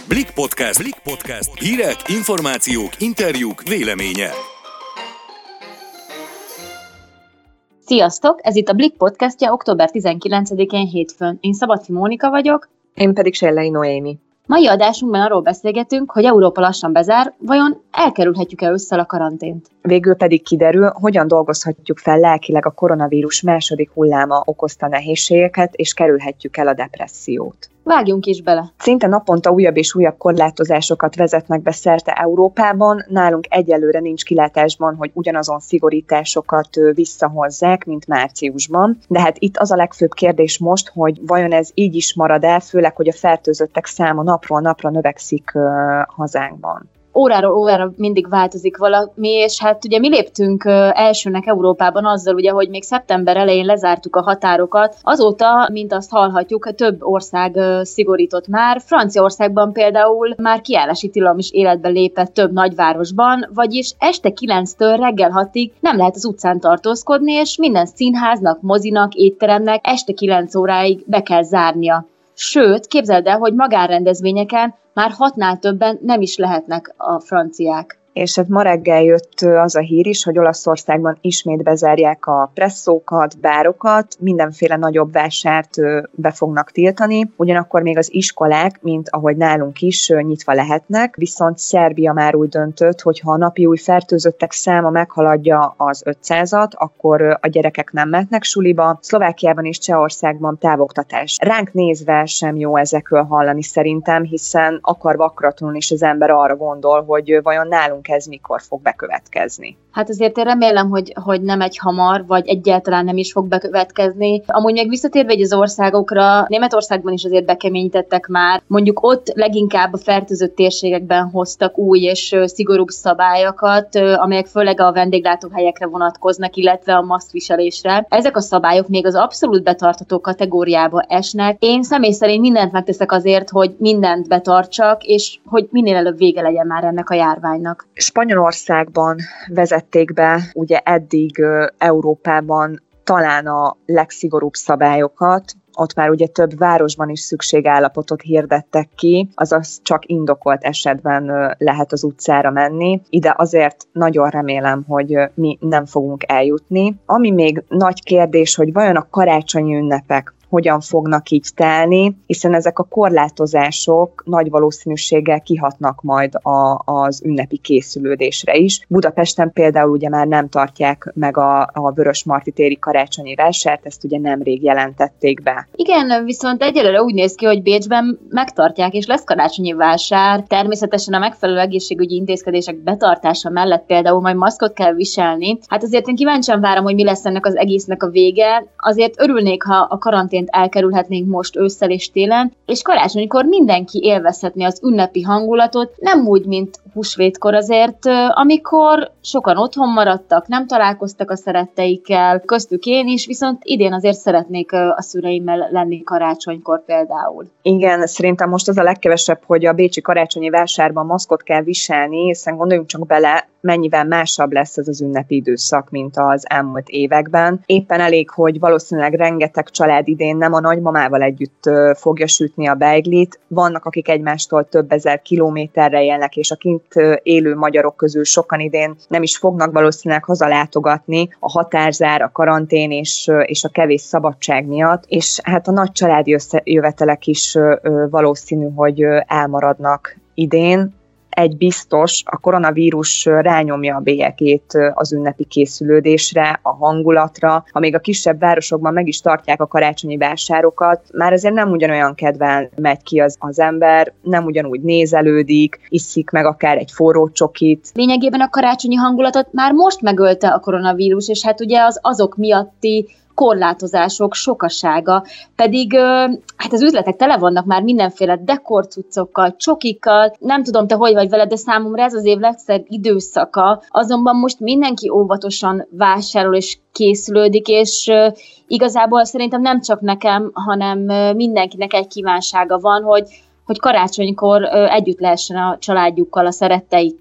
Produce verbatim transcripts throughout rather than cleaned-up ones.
Blik Podcast. Blik Podcast. Hírek, információk, interjúk, véleménye. Sziasztok! Ez itt a Blik Podcastja október tizenkilencedikén hétfőn. Én Szabadfi Mónika vagyok. Én pedig Sellei Noémi. Mai adásunkban arról beszélgetünk, hogy Európa lassan bezár, vajon elkerülhetjük-e ősszel a karantént? Végül pedig kiderül, hogyan dolgozhatjuk fel lelkileg a koronavírus második hulláma okozta nehézségeket, és kerülhetjük el a depressziót. Vágjunk is bele! Szinte naponta újabb és újabb korlátozásokat vezetnek be szerte Európában, nálunk egyelőre nincs kilátásban, hogy ugyanazon szigorításokat visszahozzák, mint márciusban, de hát itt az a legfőbb kérdés most, hogy vajon ez így is marad el, főleg, hogy a fertőzöttek száma napról napra növekszik uh, hazánkban. Óráról órára mindig változik valami, és hát ugye mi léptünk elsőnek Európában azzal, ugye, hogy még szeptember elején lezártuk a határokat. Azóta, mint azt hallhatjuk, több ország szigorított már. Franciaországban például már kiállási tilalom is életbe lépett több nagyvárosban, vagyis este kilenctől reggel hatig nem lehet az utcán tartózkodni, és minden színháznak, mozinak, étteremnek este kilenc óráig be kell zárnia. Sőt, képzeld el, hogy magánrendezvényeken már hatnál többen nem is lehetnek a franciák. És hát ma reggel jött az a hír is, hogy Olaszországban ismét bezárják a presszókat, bárokat, mindenféle nagyobb vásárt be fognak tiltani, ugyanakkor még az iskolák, mint ahogy nálunk is, nyitva lehetnek, viszont Szerbia már úgy döntött, hogy ha a napi új fertőzöttek száma meghaladja az ötszázat, akkor a gyerekek nem mehetnek suliba. Szlovákiában és Csehországban távoktatás. Ránk nézve sem jó ezekről hallani szerintem, hiszen akarva akaratlanul is az ember arra gondol, hogy vajon nálunk ez mikor fog bekövetkezni. Hát azért én remélem, hogy, hogy nem egy hamar, vagy egyáltalán nem is fog bekövetkezni. Amúgy még visszatérve egy az országokra, Németországban is azért bekeményítettek már. Mondjuk ott leginkább a fertőzött térségekben hoztak új és szigorúbb szabályokat, amelyek főleg a vendéglátóhelyekre vonatkoznak, illetve a maszkviselésre. Ezek a szabályok még az abszolút betartató kategóriába esnek. Én személy szerint mindent megteszek azért, hogy mindent betartsak, és hogy minél előbb vége legyen már ennek a járványnak. Spanyolországban vezették be ugye eddig Európában talán a legszigorúbb szabályokat, ott már ugye több városban is szükségállapotot hirdettek ki, azaz csak indokolt esetben lehet az utcára menni. Ide azért nagyon remélem, hogy mi nem fogunk eljutni. Ami még nagy kérdés, hogy vajon a karácsonyi ünnepek hogyan fognak így telni, hiszen ezek a korlátozások nagy valószínűséggel kihatnak majd a, az ünnepi készülődésre is. Budapesten például ugye már nem tartják meg a, a Vörösmarty téri karácsonyi vásárt, ezt ugye nemrég jelentették be. Igen, viszont egyelőre úgy néz ki, hogy Bécsben megtartják, és lesz karácsonyi vásár. Természetesen a megfelelő egészségügyi intézkedések betartása mellett például majd maszkot kell viselni. Hát azért én kíváncsian várom, hogy mi lesz ennek az egésznek a vége. Azért örülnék, ha a karantén elkerülhetnénk most ősszel és télen, és karácsonykor mindenki élvezhetné az ünnepi hangulatot, nem úgy, mint húsvétkor azért, amikor sokan otthon maradtak, nem találkoztak a szeretteikkel, köztük én is, viszont idén azért szeretnék a szüleimmel lenni karácsonykor például. Igen, szerintem most az a legkevesebb, hogy a bécsi karácsonyi vásárban maszkot kell viselni, hiszen gondoljunk csak bele, mennyivel másabb lesz ez az ünnepi időszak, mint az elmúlt években. Éppen elég, hogy valószínűleg rengeteg család idén nem a nagymamával együtt fogja sütni a beiglit. Vannak, akik egymástól több ezer kilométerre élnek, és a kint élő magyarok közül sokan idén nem is fognak valószínűleg hazalátogatni a határzár, a karantén és, és a kevés szabadság miatt. És hát a nagy családi összejövetelek is valószínű, hogy elmaradnak idén. Egy biztos, a koronavírus rányomja a bélyegét az ünnepi készülődésre, a hangulatra. Ha még a kisebb városokban meg is tartják a karácsonyi vásárokat, már azért nem ugyanolyan kedvel megy ki az, az ember, nem ugyanúgy nézelődik, iszik meg akár egy forró csokit. Lényegében a karácsonyi hangulatot már most megölte a koronavírus, és hát ugye az azok miatti korlátozások sokasága, pedig hát az üzletek tele vannak már mindenféle dekorcuccokkal, csokikkal, nem tudom te hogy vagy veled, de számomra ez az év legszebb időszaka, azonban most mindenki óvatosan vásárol és készülődik, és igazából szerintem nem csak nekem, hanem mindenkinek egy kívánsága van, hogy hogy karácsonykor együtt lehessen a családjukkal, a szeretteikkel.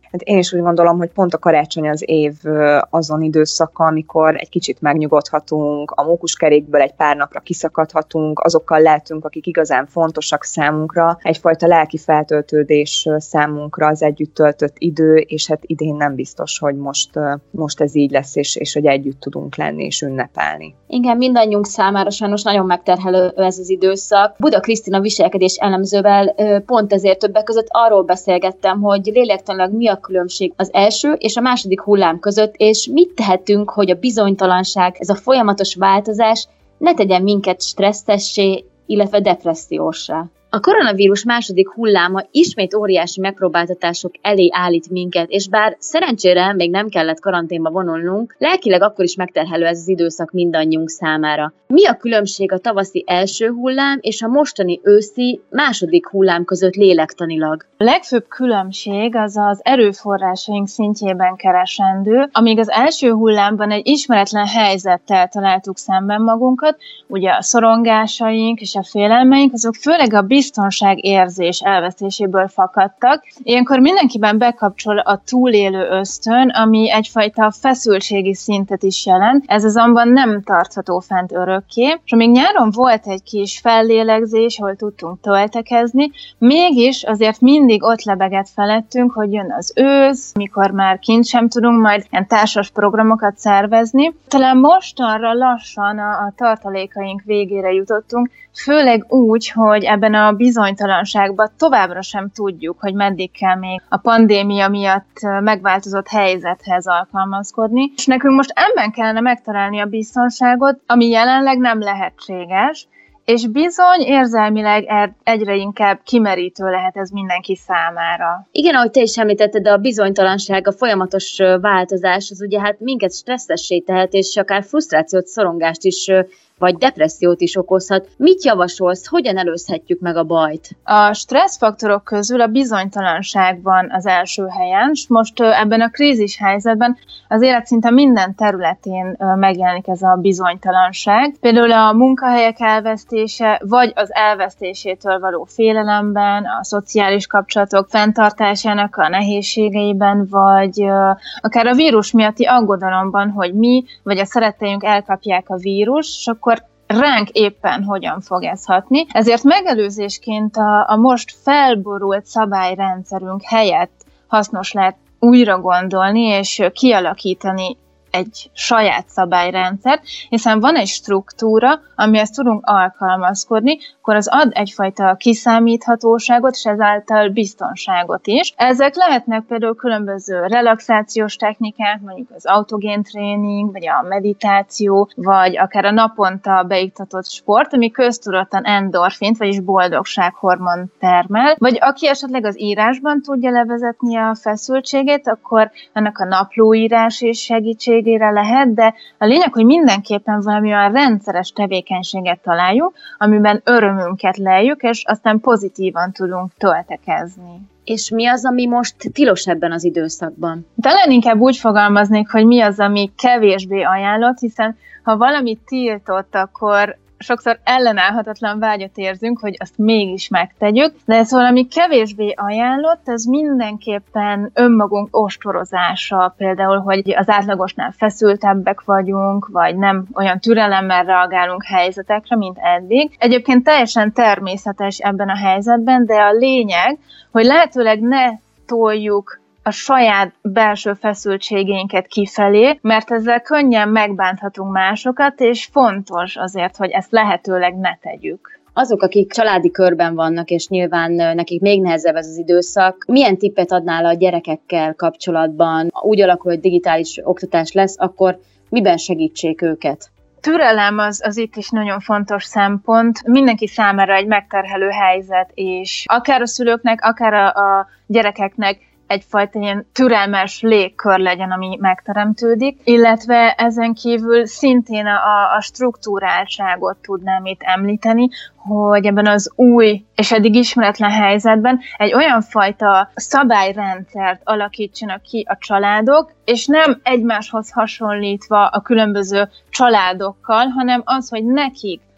Hát én is úgy gondolom, hogy pont a karácsony az év azon időszaka, amikor egy kicsit megnyugodhatunk, a mókuskerékből egy pár napra kiszakadhatunk, azokkal lehetünk, akik igazán fontosak számunkra, egyfajta lelki feltöltődés számunkra az együtt töltött idő, és hát idén nem biztos, hogy most, most ez így lesz, és, és hogy együtt tudunk lenni és ünnepelni. Igen, mindannyiunk számára sajnos nagyon megterhelő ez az időszak. Buda Krisztina viselkedés elemzővel pont ezért többek között arról beszélgettem, hogy lélektanilag mi a különbség az első és a második hullám között, és mit tehetünk, hogy a bizonytalanság, ez a folyamatos változás ne tegyen minket stresszessé, illetve depressziósá. A koronavírus második hulláma ismét óriási megpróbáltatások elé állít minket, és bár szerencsére még nem kellett karanténba vonulnunk, lelkileg akkor is megterhelő ez az időszak mindannyiunk számára. Mi a különbség a tavaszi első hullám és a mostani őszi második hullám között lélektanilag? A legfőbb különbség az az erőforrásaink szintjében keresendő. Amíg az első hullámban egy ismeretlen helyzettel találtuk szemben magunkat, ugye a szorongásaink és a félelmeink, azok főleg a biztonságérzés elvesztéséből fakadtak. Ilyenkor mindenkiben bekapcsol a túlélő ösztön, ami egyfajta feszültségi szintet is jelent. Ez azonban nem tartható fent örökké. És amíg nyáron volt egy kis fellélegzés, ahol tudtunk töltekezni, mégis azért mindig ott lebegett felettünk, hogy jön az ősz, mikor már kint sem tudunk majd ilyen társas programokat szervezni. Talán mostanra lassan a, a tartalékaink végére jutottunk, főleg úgy, hogy ebben a bizonytalanságban továbbra sem tudjuk, hogy meddig kell még a pandémia miatt megváltozott helyzethez alkalmazkodni. És nekünk most ebben kellene megtalálni a biztonságot, ami jelenleg nem lehetséges, és bizony érzelmileg egyre inkább kimerítő lehet ez mindenki számára. Igen, ahogy te is említetted, de a bizonytalanság, a folyamatos változás, az ugye hát minket stresszessé tehet, és akár frusztrációt, szorongást is vagy depressziót is okozhat. Mit javasolsz, hogyan előzhetjük meg a bajt? A stresszfaktorok közül a bizonytalanság van az első helyen, és most ebben a krízis helyzetben az élet szinte minden területén megjelenik ez a bizonytalanság. Például a munkahelyek elvesztése, vagy az elvesztésétől való félelemben, a szociális kapcsolatok fenntartásának a nehézségeiben, vagy akár a vírus miatti aggodalomban, hogy mi, vagy a szeretteink elkapják a vírus, és akkor ránk éppen hogyan fog ez hatni. Ezért megelőzésként a, a most felborult szabályrendszerünk helyett hasznos lehet újra gondolni és kialakítani egy saját szabályrendszert, hiszen van egy struktúra, amihez tudunk alkalmazkodni, akkor az ad egyfajta kiszámíthatóságot, és ezáltal biztonságot is. Ezek lehetnek például különböző relaxációs technikák, mondjuk az autogén tréning, vagy a meditáció, vagy akár a naponta beiktatott sport, ami köztudottan endorfint, vagyis boldogsághormon termel, vagy aki esetleg az írásban tudja levezetni a feszültségét, akkor annak a naplóírás is segítség lehet, de a lényeg, hogy mindenképpen valami olyan rendszeres tevékenységet találjunk, amiben örömünket lejjük, és aztán pozitívan tudunk töltekezni. És mi az, ami most tilos ebben az időszakban? Talán inkább úgy fogalmaznék, hogy mi az, ami kevésbé ajánlott, hiszen ha valamit tiltott, akkor sokszor ellenállhatatlan vágyat érzünk, hogy azt mégis megtegyük, de ez valami kevésbé ajánlott, ez mindenképpen önmagunk ostorozása, például, hogy az átlagosnál feszültebbek vagyunk, vagy nem olyan türelemmel reagálunk helyzetekre, mint eddig. Egyébként teljesen természetes ebben a helyzetben, de a lényeg, hogy lehetőleg ne toljuk a saját belső feszültségeinket kifelé, mert ezzel könnyen megbánthatunk másokat, és fontos azért, hogy ezt lehetőleg ne tegyük. Azok, akik családi körben vannak, és nyilván nekik még nehezebb ez az időszak, milyen tippet adnál a gyerekekkel kapcsolatban? Úgy alakul, hogy digitális oktatás lesz, akkor miben segítsék őket? Türelem az, az itt is nagyon fontos szempont. Mindenki számára egy megterhelő helyzet, és akár a szülőknek, akár a, a gyerekeknek egyfajta ilyen türelmes légkör legyen, ami megteremtődik, illetve ezen kívül szintén a, a struktúráltságot tudnám itt említeni, hogy ebben az új és eddig ismeretlen helyzetben egy olyan fajta szabályrendszert alakítsanak ki a családok, és nem egymáshoz hasonlítva a különböző családokkal, hanem az, hogy nekik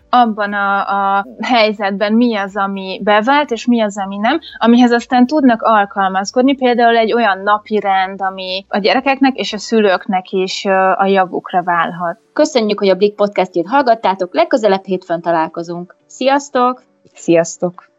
abban a, a helyzetben mi az, ami bevált, és mi az, ami nem, amihez aztán tudnak alkalmazkodni, például egy olyan napirend, ami a gyerekeknek és a szülőknek is a javukra válhat. Köszönjük, hogy a Blik podcastjét hallgattátok, legközelebb hétfőn találkozunk. Sziasztok! Sziasztok!